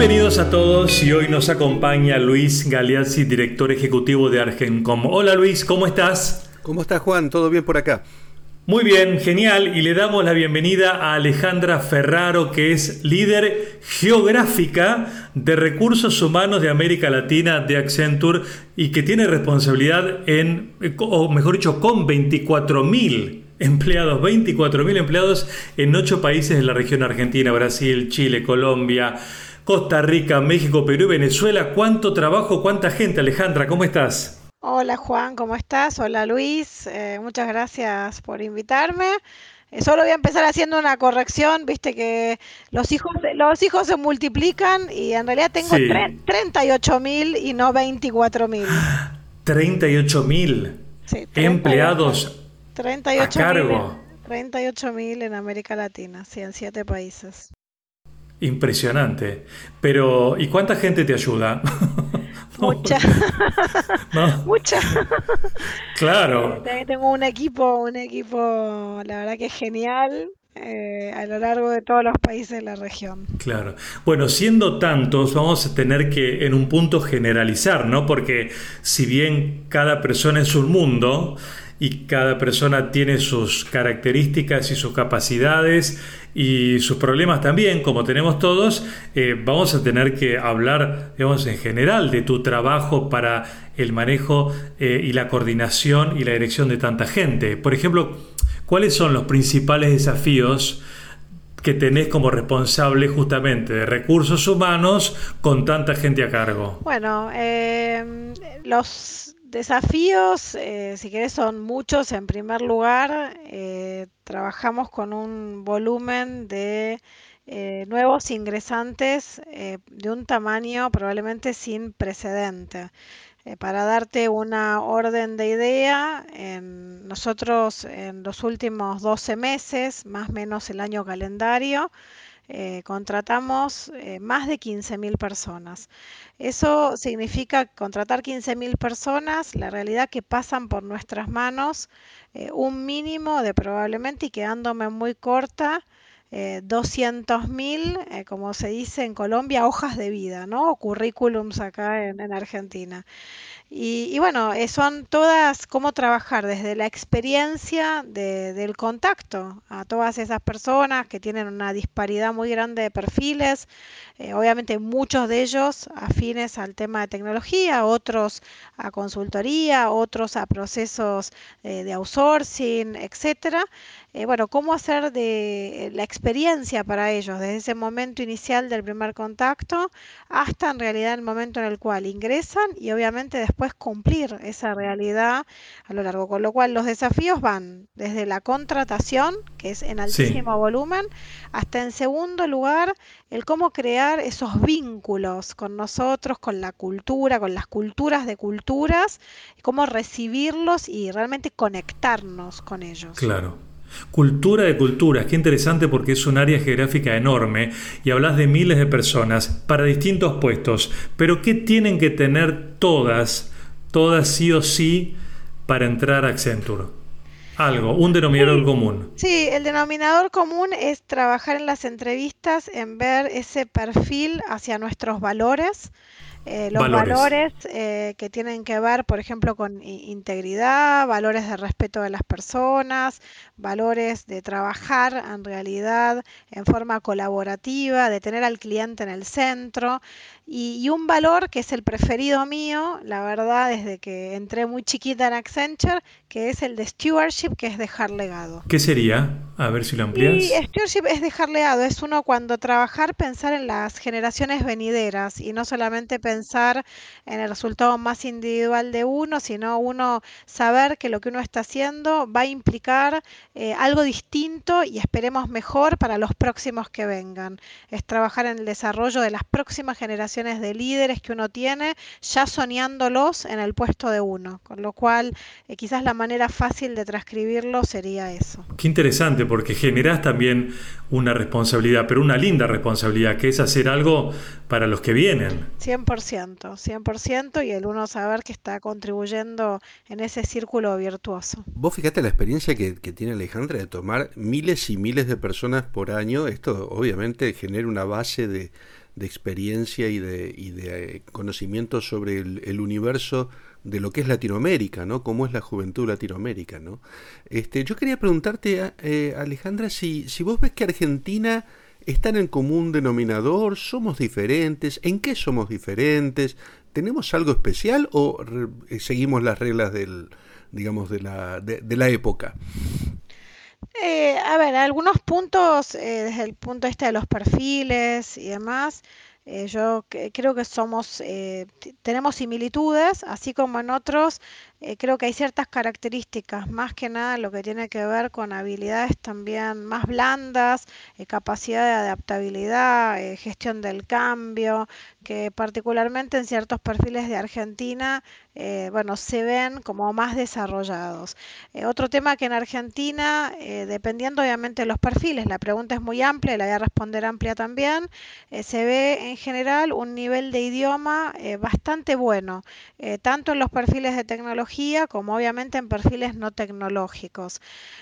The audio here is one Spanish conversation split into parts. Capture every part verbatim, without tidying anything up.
Bienvenidos a todos y hoy nos acompaña Luis Galeazzi, director ejecutivo de Argencom. Hola Luis, ¿cómo estás? ¿Cómo estás, Juan? ¿Todo bien por acá? Muy bien, genial, y le damos la bienvenida a Alejandra Ferraro, que es líder geográfica de recursos humanos de América Latina de Accenture y que tiene responsabilidad en, o mejor dicho, con veinticuatro mil empleados, veinticuatro mil empleados en ocho países de la región argentina, Brasil, Chile, Colombia, Costa Rica, México, Perú y Venezuela. ¿Cuánto trabajo, cuánta gente? Alejandra, ¿cómo estás? Hola Juan, ¿cómo estás? Hola Luis, eh, muchas gracias por invitarme. Eh, solo voy a empezar haciendo una corrección, viste que los hijos, los hijos se multiplican y en realidad tengo Sí. tre- treinta y ocho mil y no veinticuatro mil. treinta y ocho mil Sí, empleados treinta y a ocho cargo. treinta y ocho mil en América Latina, sí, en siete países. Impresionante. Pero, ¿y cuánta gente te ayuda? No, Mucha, no, mucha. claro, También tengo un equipo, un equipo, la verdad que genial, eh, a lo largo de todos los países de la región. claro. Bueno, siendo tantos, vamos a tener que en un punto generalizar, ¿no? Porque si bien cada persona es un mundo y cada persona tiene sus características y sus capacidades y sus problemas también, como tenemos todos, eh, vamos a tener que hablar, digamos, en general de tu trabajo para el manejo eh, y la coordinación y la dirección de tanta gente. Por ejemplo, ¿cuáles son los principales desafíos que tenés como responsable justamente de recursos humanos con tanta gente a cargo? Bueno, eh, los desafíos, eh, si querés, son muchos. En primer lugar, eh, trabajamos con un volumen de eh, nuevos ingresantes eh, de un tamaño probablemente sin precedente. Eh, para darte una orden de idea, en- nosotros en los últimos doce meses, más o menos el año calendario, eh, contratamos eh, más de quince mil personas. Eso significa contratar quince mil personas, la realidad que pasan por nuestras manos eh, un mínimo de probablemente, y quedándome muy corta, eh, doscientos mil, eh, como se dice en Colombia, hojas de vida, ¿no? O currículums acá en, en Argentina. Y, y bueno, eh, son todas cómo trabajar desde la experiencia de- del contacto a todas esas personas que tienen una disparidad muy grande de perfiles, eh, obviamente muchos de ellos afines al tema de tecnología, otros a consultoría, otros a procesos eh, de outsourcing, etcétera. Eh, bueno, cómo hacer de la experiencia para ellos desde ese momento inicial del primer contacto hasta en realidad el momento en el cual ingresan y obviamente después cumplir esa realidad a lo largo. Con lo cual los desafíos van desde la contratación, que es en Sí. altísimo volumen, hasta en segundo lugar el cómo crear esos vínculos con nosotros, con la cultura, con las culturas de culturas, cómo recibirlos y realmente conectarnos con ellos. Claro. Cultura de culturas, qué interesante porque es un área geográfica enorme y hablas de miles de personas para distintos puestos, pero ¿qué tienen que tener todas, todas sí o sí para entrar a Accenture? Algo, un denominador Sí, común. sí, el denominador común es trabajar en las entrevistas en ver ese perfil hacia nuestros valores, eh, los Valores. valores eh, que tienen que ver, por ejemplo, con i- integridad, valores de respeto de las personas, valores de trabajar en realidad en forma colaborativa, de tener al cliente en el centro, y, y un valor que es el preferido mío, la verdad, desde que entré muy chiquita en Accenture, que es el de stewardship, que es dejar legado. ¿Qué sería? A ver si lo Y amplías. stewardship es dejar legado, es uno cuando trabajar, pensar en las generaciones venideras y no solamente pensar en el resultado más individual de uno, sino uno saber que lo que uno está haciendo va a implicar eh, algo distinto y esperemos mejor para los próximos que vengan. Es trabajar en el desarrollo de las próximas generaciones de líderes que uno tiene, ya soñándolos en el puesto de uno, con lo cual eh, quizás la manera fácil de transcribirlo sería eso. Qué interesante porque generás también una responsabilidad, pero una linda responsabilidad, que es hacer algo para los que vienen. cien por ciento, cien por ciento, y el uno saber que está contribuyendo en ese círculo virtuoso. Vos fíjate la experiencia que, que tiene Alejandra de tomar miles y miles de personas por año. Esto obviamente genera una base de, de experiencia y de, y de eh, conocimiento sobre el, el universo de lo que es Latinoamérica, ¿no? Cómo es la juventud Latinoamérica, ¿no? Este, yo quería preguntarte, eh, Alejandra, si, si vos ves que Argentina está en el común denominador, somos diferentes, ¿en qué somos diferentes? ¿Tenemos algo especial o re, seguimos las reglas del, digamos, de la, de, de la época? Eh, a ver, algunos puntos, eh, desde el punto de vista de los perfiles y demás, eh, yo que- creo que somos, eh, t- tenemos similitudes, así como en otros, eh, creo que hay ciertas características, más que nada lo que tiene que ver con habilidades también más blandas, eh, capacidad de adaptabilidad, eh, gestión del cambio, que particularmente en ciertos perfiles de Argentina, eh, bueno, se ven como más desarrollados. Eh, otro tema que en Argentina, eh, dependiendo obviamente de los perfiles, la pregunta es muy amplia y la voy a responder amplia también, eh, se ve en general un nivel de idioma eh, bastante bueno, eh, tanto en los perfiles de tecnología como obviamente en perfiles no tecnológicos.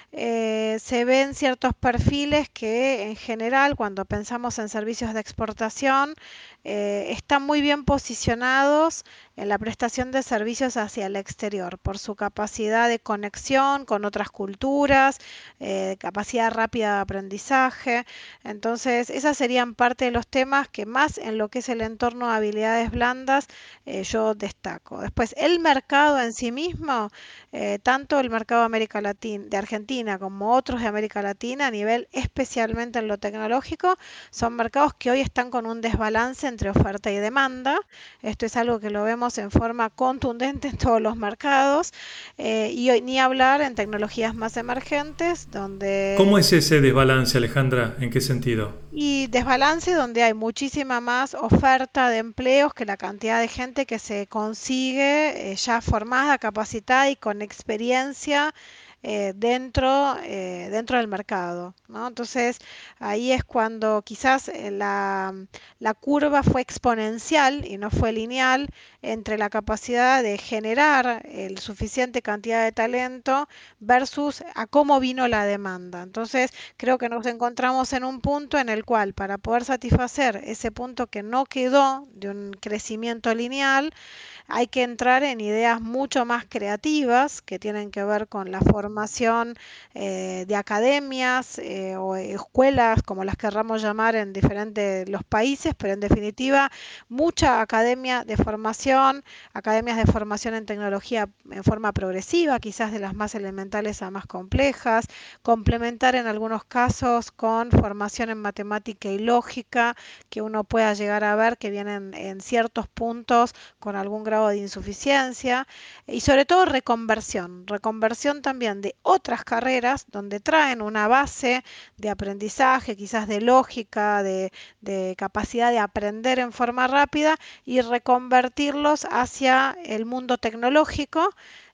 Eh, se ven ciertos perfiles que en general cuando pensamos en servicios de exportación eh, están muy bien posicionados en la prestación de servicios hacia el exterior por su capacidad de conexión con otras culturas, eh, capacidad rápida de aprendizaje. Entonces, esas serían parte de los temas que más en lo que es el entorno de habilidades blandas eh, yo destaco. Después, el mercado en sí mismo, eh, tanto el mercado de América Latina, de Argentina como otros de América Latina, a nivel especialmente en lo tecnológico, son mercados que hoy están con un desbalance entre oferta y demanda. Esto es algo que lo vemos en forma contundente en todos los mercados, eh, y hoy ni hablar en tecnologías más emergentes, ¿Cómo donde es ese desbalance, Alejandra? ¿En qué sentido? y desbalance donde hay muchísima más oferta de empleos que la cantidad de gente que se consigue eh, ya formada, capacitada y con experiencia eh, dentro, eh, dentro del mercado, ¿no? Entonces ahí es cuando quizás eh, la, la curva fue exponencial y no fue lineal entre la capacidad de generar el suficiente cantidad de talento versus a cómo vino la demanda. Entonces, creo que nos encontramos en un punto en el cual para poder satisfacer ese punto que no quedó de un crecimiento lineal, hay que entrar en ideas mucho más creativas que tienen que ver con la formación eh, de academias eh, o escuelas, como las querramos llamar en diferentes los países, pero en definitiva mucha academia de formación, academias de formación en tecnología en forma progresiva, quizás de las más elementales a más complejas, complementar en algunos casos con formación en matemática y lógica, que uno pueda llegar a ver que vienen en ciertos puntos con algún grado de insuficiencia, y sobre todo reconversión, reconversión también de otras carreras donde traen una base de aprendizaje, quizás de lógica, de, de capacidad de aprender en forma rápida y reconvertirlos hacia el mundo tecnológico,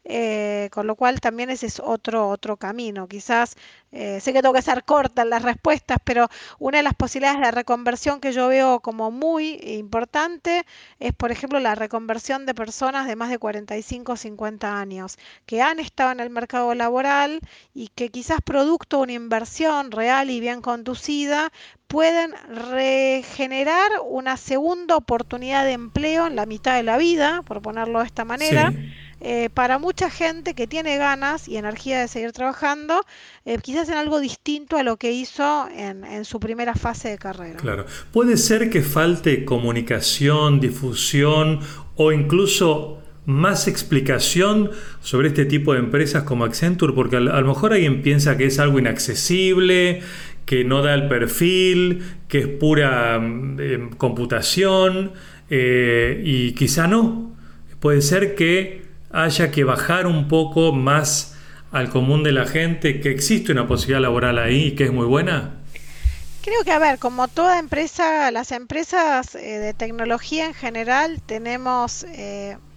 eh, con lo cual también ese es otro, otro camino. Quizás, eh, sé que tengo que ser corta en las respuestas, pero una de las posibilidades de reconversión que yo veo como muy importante es, por ejemplo, la reconversión de personas de más de cuarenta y cinco o cincuenta años que han estado en el mercado laboral y que quizás producto de una inversión real y bien conducida pueden regenerar una segunda oportunidad de empleo en la mitad de la vida, por ponerlo de esta manera, Sí, eh, para mucha gente que tiene ganas y energía de seguir trabajando, eh, quizás en algo distinto a lo que hizo en, en su primera fase de carrera. claro. Puede ser que falte comunicación, difusión o incluso más explicación sobre este tipo de empresas como Accenture, porque a, a lo mejor alguien piensa que es algo inaccesible, que no da el perfil, que es pura eh, computación, eh, y quizá no. Puede ser que haya que bajar un poco más al común de la gente, que existe una posibilidad laboral ahí y que es muy buena. Creo que, a ver, como toda empresa, las empresas eh, de tecnología en general tenemos eh,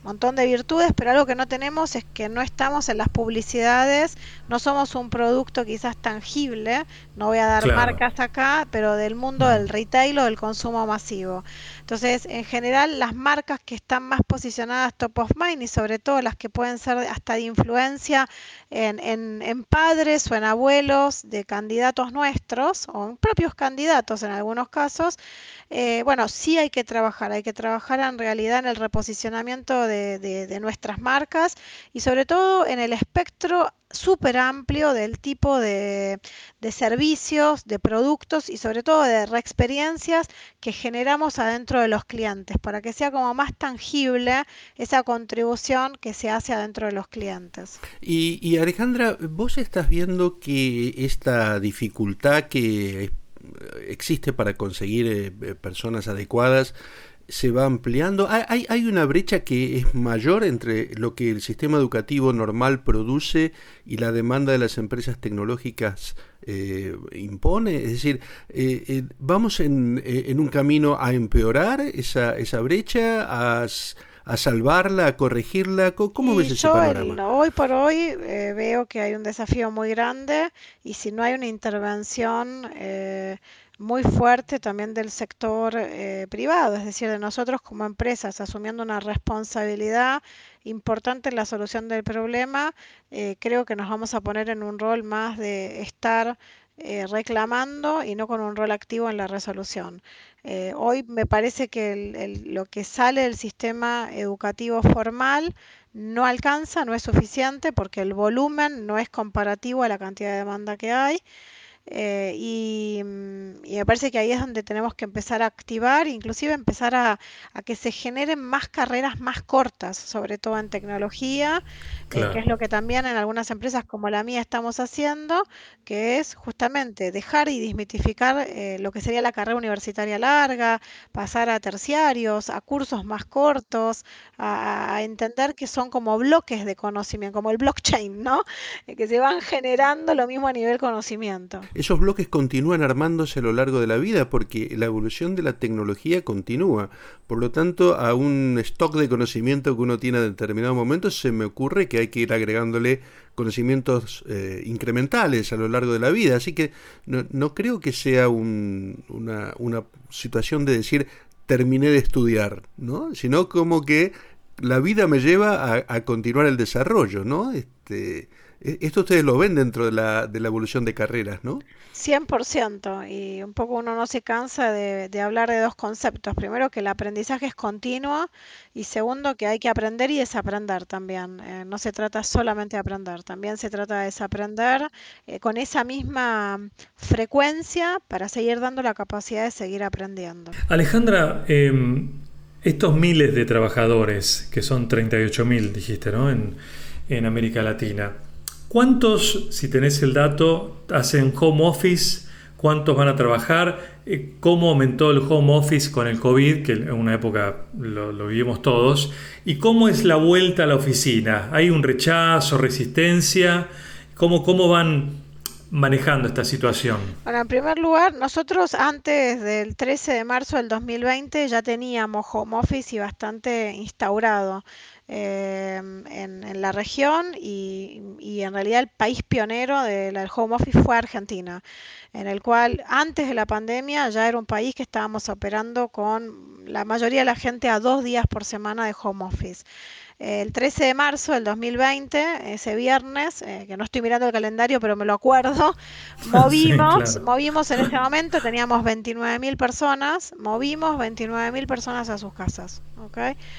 montón de virtudes, pero algo que no tenemos es que no estamos en las publicidades, no somos un producto quizás tangible, no voy a dar Claro. marcas acá, pero del mundo Mm. del retail o del consumo masivo. Entonces, en general, las marcas que están más posicionadas top of mind y sobre todo las que pueden ser hasta de influencia en, en, en padres o en abuelos de candidatos nuestros o en propios candidatos en algunos casos, eh, bueno, sí hay que trabajar, hay que trabajar en realidad en el reposicionamiento de, de- de nuestras marcas y sobre todo en el espectro súper amplio del tipo de, de servicios, de productos y sobre todo de reexperiencias que generamos adentro de los clientes para que sea como más tangible esa contribución que se hace adentro de los clientes. Y, y Alejandra, ¿vos estás viendo que esta dificultad que existe para conseguir eh, personas adecuadas se va ampliando? ¿Hay, hay, hay una brecha que es mayor entre lo que el sistema educativo normal produce y la demanda de las empresas tecnológicas eh, impone? Es decir, eh, eh, ¿vamos en, eh, en un camino a empeorar esa, esa brecha, a, a salvarla, a corregirla? ¿Cómo Y ves ese yo el, panorama? hoy por hoy eh, veo que hay un desafío muy grande y si no hay una intervención eh, muy fuerte también del sector eh, privado, es decir, de nosotros como empresas asumiendo una responsabilidad importante en la solución del problema, eh, creo que nos vamos a poner en un rol más de estar eh, reclamando y no con un rol activo en la resolución. Eh, hoy me parece que el- el- lo que sale del sistema educativo formal no alcanza, no es suficiente porque el volumen no es comparativo a la cantidad de demanda que hay. Eh, y, mm, y me parece que ahí es donde tenemos que empezar a activar, inclusive empezar a, a que se generen más carreras más cortas, sobre todo en tecnología, eh, que es Claro. lo que también en algunas empresas como la mía estamos haciendo, que es justamente dejar y desmitificar eh, lo que sería la carrera universitaria larga, pasar a terciarios, a cursos más cortos, a, a entender que son como bloques de conocimiento, como el blockchain, ¿no? Eh, que se van generando lo mismo a nivel conocimiento. Esos bloques continúan armándose a lo largo de la vida porque la evolución de la tecnología continúa. Por lo tanto, a un stock de conocimiento que uno tiene en determinado momento se me ocurre que hay que ir agregándole conocimientos eh, incrementales a lo largo de la vida. Así que no, no creo que sea un, una, una situación de decir terminé de estudiar, ¿no? Sino como que la vida me lleva a, a continuar el desarrollo, ¿no? Este, esto ustedes lo ven dentro de la, de la evolución de carreras, ¿no? cien por ciento, y un poco uno no se cansa de, de hablar de dos conceptos. Primero, que el aprendizaje es continuo y segundo, que hay que aprender y desaprender también. Eh, no se trata solamente de aprender, también se trata de desaprender eh, con esa misma frecuencia para seguir dando la capacidad de seguir aprendiendo. Alejandra, eh, estos miles de trabajadores, que son treinta y ocho mil, dijiste, ¿no? En, en América Latina. ¿Cuántos, si tenés el dato, hacen home office? ¿Cuántos van a trabajar? Eh, ¿Cómo aumentó el home office con el COVID? Que en una época lo, lo vivimos todos. ¿Y cómo es la vuelta a la oficina? ¿Hay un rechazo, resistencia? ¿Cómo, cómo van manejando esta situación? Bueno, en primer lugar, nosotros antes del trece de marzo del dos mil veinte ya teníamos home office y bastante instaurado eh, en, en la región y, y en realidad el país pionero del home office fue Argentina, en el cual antes de la pandemia ya era un país que estábamos operando con la mayoría de la gente a dos días por semana de home office. El trece de marzo del dos mil veinte, ese viernes, eh, que no estoy mirando el calendario, pero me lo acuerdo, Sí, movimos, claro. movimos en ese momento, teníamos veintinueve mil personas, movimos veintinueve mil personas a sus casas, ¿ok?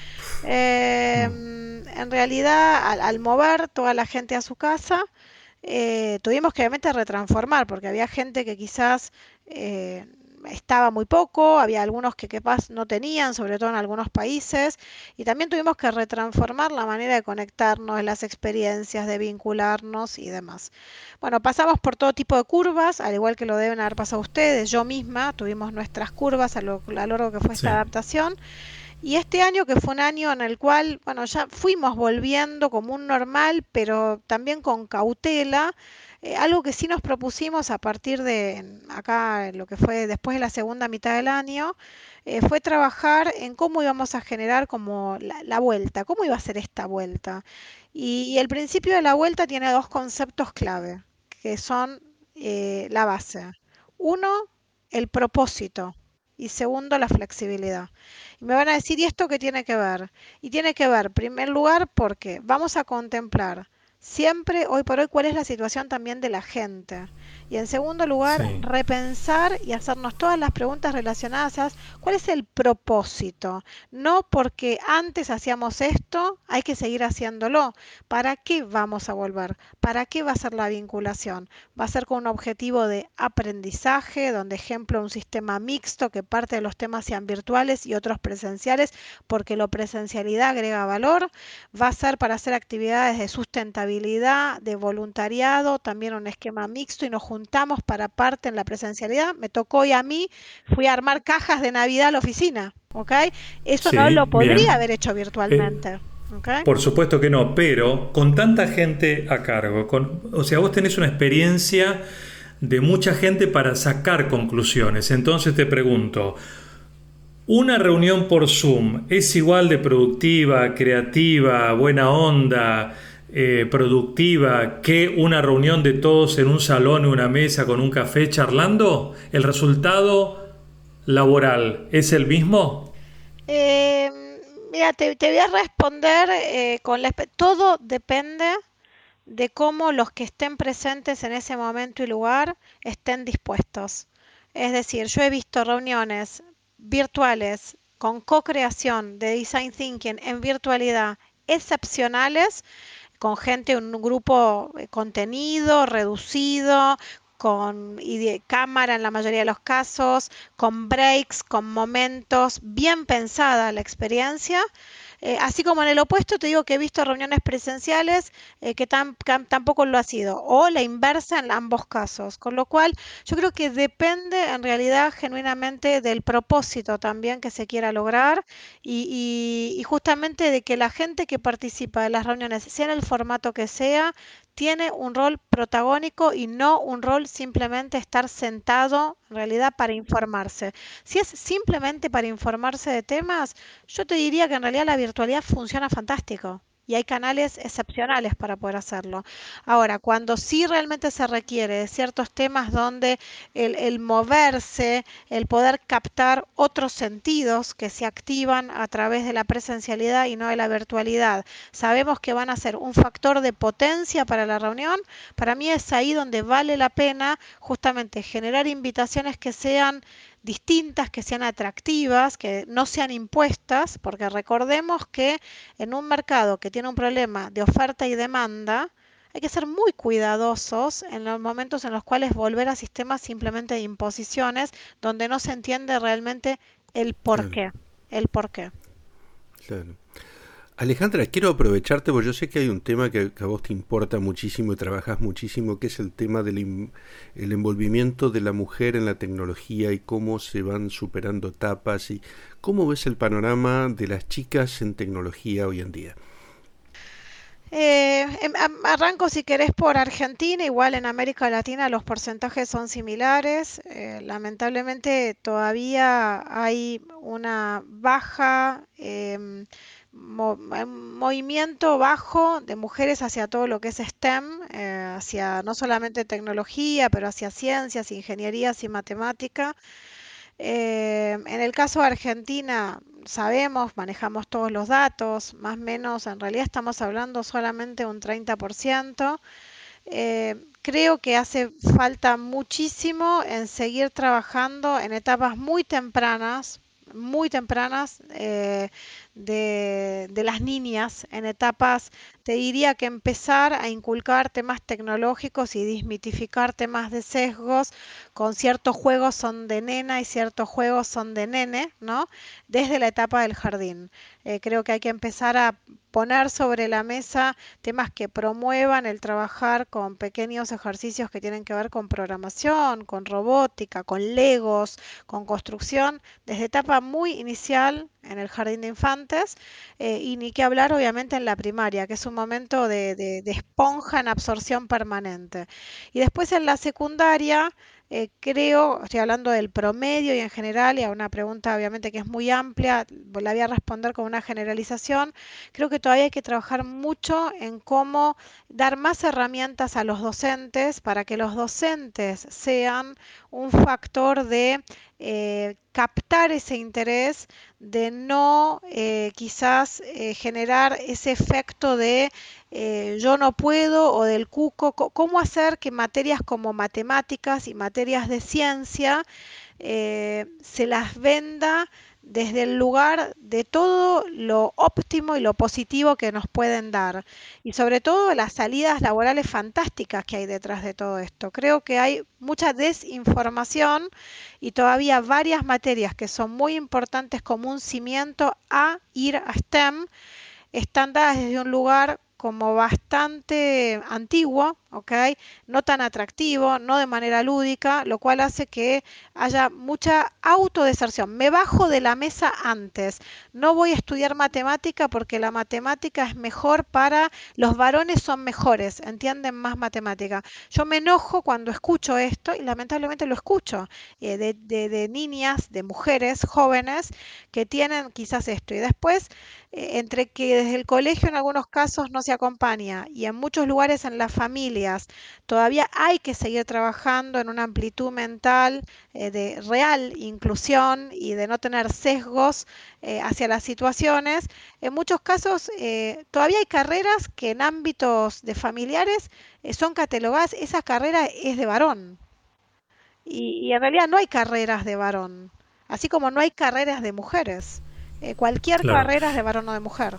Eh, Mm. en realidad, al, al mover toda la gente a su casa, eh, tuvimos que obviamente retransformar, porque había gente que quizás eh, estaba muy poco, había algunos que capaz no tenían, sobre todo en algunos países, y también tuvimos que retransformar la manera de conectarnos, las experiencias, de vincularnos y demás. Bueno, pasamos por todo tipo de curvas, al igual que lo deben haber pasado ustedes, yo misma tuvimos nuestras curvas a lo, a lo largo que fue esta Sí. adaptación. Y este año, que fue un año en el cual, bueno, ya fuimos volviendo como un normal, pero también con cautela, eh, algo que sí nos propusimos a partir de en- acá, en lo que fue después de la segunda mitad del año, eh, fue trabajar en cómo íbamos a generar como la, la vuelta, cómo iba a ser esta vuelta. Y, y el principio de la vuelta tiene dos conceptos clave, que son eh, la base. Uno, el propósito y segundo, la flexibilidad. Y me van a decir, ¿y esto qué tiene que ver? Y tiene que ver, en primer lugar, porque vamos a contemplar siempre, hoy por hoy, cuál es la situación también de la gente. Y en segundo lugar, Sí. repensar y hacernos todas las preguntas relacionadas a cuál es el propósito. No porque antes hacíamos esto, hay que seguir haciéndolo. ¿Para qué vamos a volver? ¿Para qué va a ser la vinculación? Va a ser con un objetivo de aprendizaje, donde ejemplo un sistema mixto, que parte de los temas sean virtuales y otros presenciales, porque la presencialidad agrega valor. Va a ser para hacer actividades de sustentabilidad, de voluntariado, también un esquema mixto y nos juntamos para parte en la presencialidad. Me tocó hoy a mí, fui a armar cajas de Navidad a la oficina, ¿ok? Eso no lo Sí, podría bien. haber hecho Eh, virtualmente, ¿ok? por supuesto que no, pero con tanta gente a cargo, con, o sea, vos tenés una experiencia de mucha gente para sacar conclusiones. Entonces te pregunto, ¿una reunión por Zoom es igual de productiva, creativa, buena onda, eh, productiva que una reunión de todos en un salón, en una mesa, con un café charlando? ¿El resultado laboral es el mismo? Eh, Mira, te, te voy a responder eh, con la... espe- Todo depende de cómo los que estén presentes en ese momento y lugar estén dispuestos. Es decir, yo he visto reuniones virtuales con co-creación de design thinking en virtualidad excepcionales, con gente, un grupo eh, contenido, reducido, con ide- cámara en la mayoría de los casos, con breaks, con momentos, bien pensada la experiencia. Eh, así como en el opuesto te digo que he visto reuniones presenciales eh, que tam- cam- tampoco lo ha sido, o la inversa en ambos casos, con lo cual yo creo que depende en realidad genuinamente del propósito también que se quiera lograr y, y- y justamente de que la gente que participa de las reuniones, sea en el formato que sea, tiene un rol protagónico y no un rol simplemente estar sentado en realidad para informarse. Si es simplemente para informarse de temas, yo te diría que en realidad la virtualidad funciona fantástico. Y hay canales excepcionales para poder hacerlo. Ahora, cuando sí realmente se requiere de ciertos temas donde el, el moverse, el poder captar otros sentidos que se activan a través de la presencialidad y no de la virtualidad, sabemos que van a ser un factor de potencia para la reunión. Para mí es ahí donde vale la pena justamente generar invitaciones que sean distintas, que sean atractivas, que no sean impuestas, porque recordemos que en un mercado que tiene un problema de oferta y demanda, hay que ser muy cuidadosos en los momentos en los cuales volver a sistemas simplemente de imposiciones, donde no se entiende realmente el por Claro, qué, el por qué. claro. Alejandra, quiero aprovecharte porque yo sé que hay un tema que, que a vos te importa muchísimo y trabajas muchísimo, que es el tema del im- el envolvimiento de la mujer en la tecnología y cómo se van superando etapas y cómo ves el panorama de las chicas en tecnología hoy en día. Eh, em- am- arranco si querés por Argentina, igual en América Latina los porcentajes son similares. Eh, lamentablemente todavía hay una baja, em, mo- em, movimiento bajo de mujeres hacia todo lo que es STEM, eh, hacia no solamente tecnología, pero hacia ciencias, ingenierías y matemática. Eh, en el caso de Argentina, sabemos, manejamos todos los datos, más o menos, en realidad estamos hablando solamente un treinta por ciento. Eh, creo que hace falta muchísimo en seguir trabajando en etapas muy tempranas, muy tempranas eh, de, de las niñas, en etapas, te diría que empezar a inculcar temas tecnológicos y desmitificar temas de sesgos, con ciertos juegos son de nena y ciertos juegos son de nene, ¿no? Desde la etapa del jardín. Eh, creo que hay que empezar a poner sobre la mesa temas que promuevan el trabajar con pequeños ejercicios que tienen que ver con programación, con robótica, con legos, con construcción, desde etapa muy inicial en el jardín de infantes, eh, y ni qué hablar obviamente en la primaria, que es un momento de, de, de esponja en absorción permanente. Y después en la secundaria, eh, creo, estoy hablando del promedio y en general, y a una pregunta obviamente que es muy amplia, la voy a responder con una generalización. Creo que todavía hay que trabajar mucho en cómo dar más herramientas a los docentes para que los docentes sean un factor de eh, captar ese interés, de no eh, quizás eh, generar ese efecto de eh, yo no puedo o del cuco. Cómo hacer que materias como matemáticas y materias de ciencia eh, se las venda desde el lugar de todo lo óptimo y lo positivo que nos pueden dar, y sobre todo las salidas laborales fantásticas que hay detrás de todo esto. Creo que hay mucha desinformación y todavía varias materias que son muy importantes como un cimiento a ir a STEM están dadas desde un lugar como bastante antiguo, ¿ok? No tan atractivo, no de manera lúdica, lo cual hace que haya mucha autodeserción. Me bajo de la mesa antes, no voy a estudiar matemática porque la matemática es mejor para, los varones son mejores, entienden más matemática. Yo me enojo cuando escucho esto y lamentablemente lo escucho, eh, de, de, de niñas, de mujeres jóvenes que tienen quizás esto. Y después, eh, entre que desde el colegio en algunos casos no se acompaña y en muchos lugares en las familias todavía hay que seguir trabajando en una amplitud mental eh, de real inclusión y de no tener sesgos eh, hacia las situaciones. En muchos casos eh, todavía hay carreras que en ámbitos de familiares eh, son catalogadas, esa carrera es de varón. Y, y en realidad no hay carreras de varón, así como no hay carreras de mujeres. Eh, cualquier Claro. carrera es de varón o de mujer.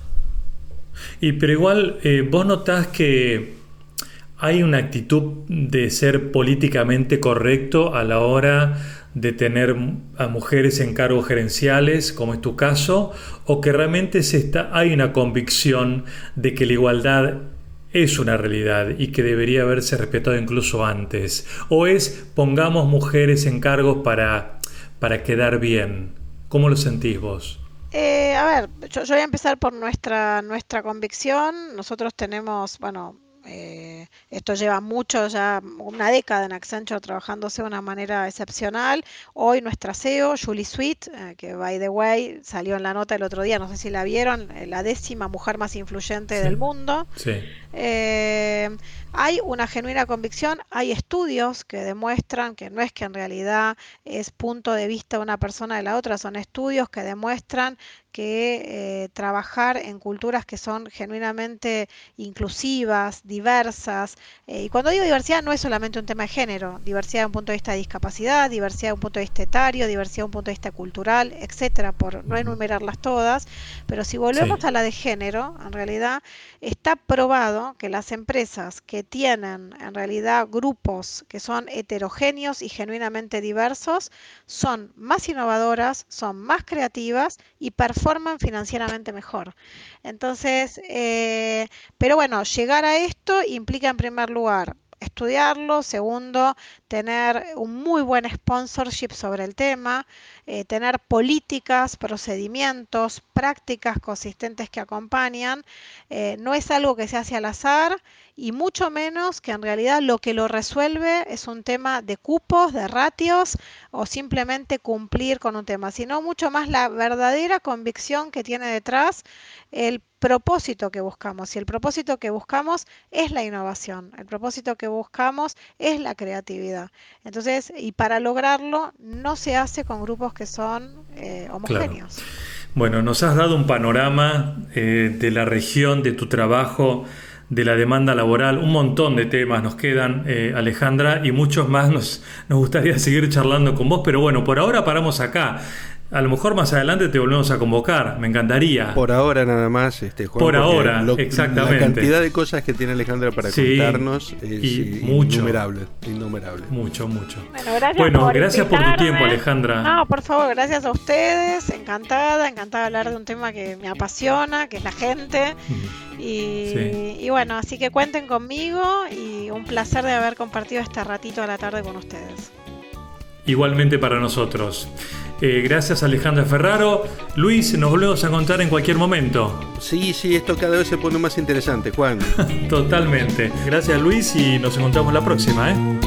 Y pero igual, eh, vos notás que hay una actitud de ser políticamente correcto a la hora de tener a mujeres en cargos gerenciales, como es tu caso, o que realmente se está, hay una convicción de que la igualdad es una realidad y que debería haberse respetado incluso antes, o es pongamos mujeres en cargos para, para quedar bien. ¿Cómo lo sentís vos? Eh, a ver, yo, yo voy a empezar por nuestra, nuestra convicción. Nosotros tenemos, bueno, eh, esto lleva mucho, ya una década en Accenture trabajándose de una manera excepcional. Hoy nuestra C E O, Julie Sweet, eh, que by the way salió en la nota el otro día, no sé si la vieron, eh, la décima mujer más influyente Sí. del mundo. Sí. Eh, hay una genuina convicción, hay estudios que demuestran que no es que en realidad es punto de vista de una persona de la otra, son estudios que demuestran que eh, trabajar en culturas que son genuinamente inclusivas, diversas, eh, y cuando digo diversidad no es solamente un tema de género, diversidad de un punto de vista de discapacidad, diversidad de un punto de vista etario, diversidad de un punto de vista cultural, etcétera, por no enumerarlas todas, pero si volvemos Sí. a la de género, en realidad está probado que las empresas que tienen en realidad grupos que son heterogéneos y genuinamente diversos son más innovadoras, son más creativas y performan financieramente mejor. Entonces, eh, pero bueno, llegar a esto implica en primer lugar estudiarlo, segundo, tener un muy buen sponsorship sobre el tema, eh, tener políticas, procedimientos, prácticas consistentes que acompañan. Eh, no es algo que se hace al azar y mucho menos que en realidad lo que lo resuelve es un tema de cupos, de ratios o simplemente cumplir con un tema, sino mucho más la verdadera convicción que tiene detrás el propósito que buscamos. Y el propósito que buscamos es la innovación, el propósito que buscamos es la creatividad. Entonces, y para lograrlo no se hace con grupos que son eh, homogéneos. Claro. Bueno, nos has dado un panorama eh, de la región, de tu trabajo, de la demanda laboral, un montón de temas nos quedan, eh, Alejandra, y muchos más nos, nos gustaría seguir charlando con vos, pero bueno, por ahora paramos acá. A lo mejor más adelante te volvemos a convocar, me encantaría. Por ahora nada más, este, Juan, Por porque ahora, lo- exactamente. La cantidad de cosas que tiene Alejandra para Sí, contarnos es y eh, mucho. innumerable, innumerable. Mucho, mucho. Bueno, gracias, Bueno, por, gracias por tu invitarme. tiempo, Alejandra. No, por favor, gracias a ustedes. Encantada, encantada de hablar de un tema que me apasiona, que es la gente. Y, Sí. y bueno, así que cuenten conmigo y un placer de haber compartido este ratito a la tarde con ustedes. Igualmente para nosotros. Eh, gracias Alejandra Ferraro. Luis, nos volvemos a encontrar en cualquier momento. Sí, sí, esto cada vez se pone más interesante, Juan. Totalmente. Gracias Luis y nos encontramos la próxima, ¿eh?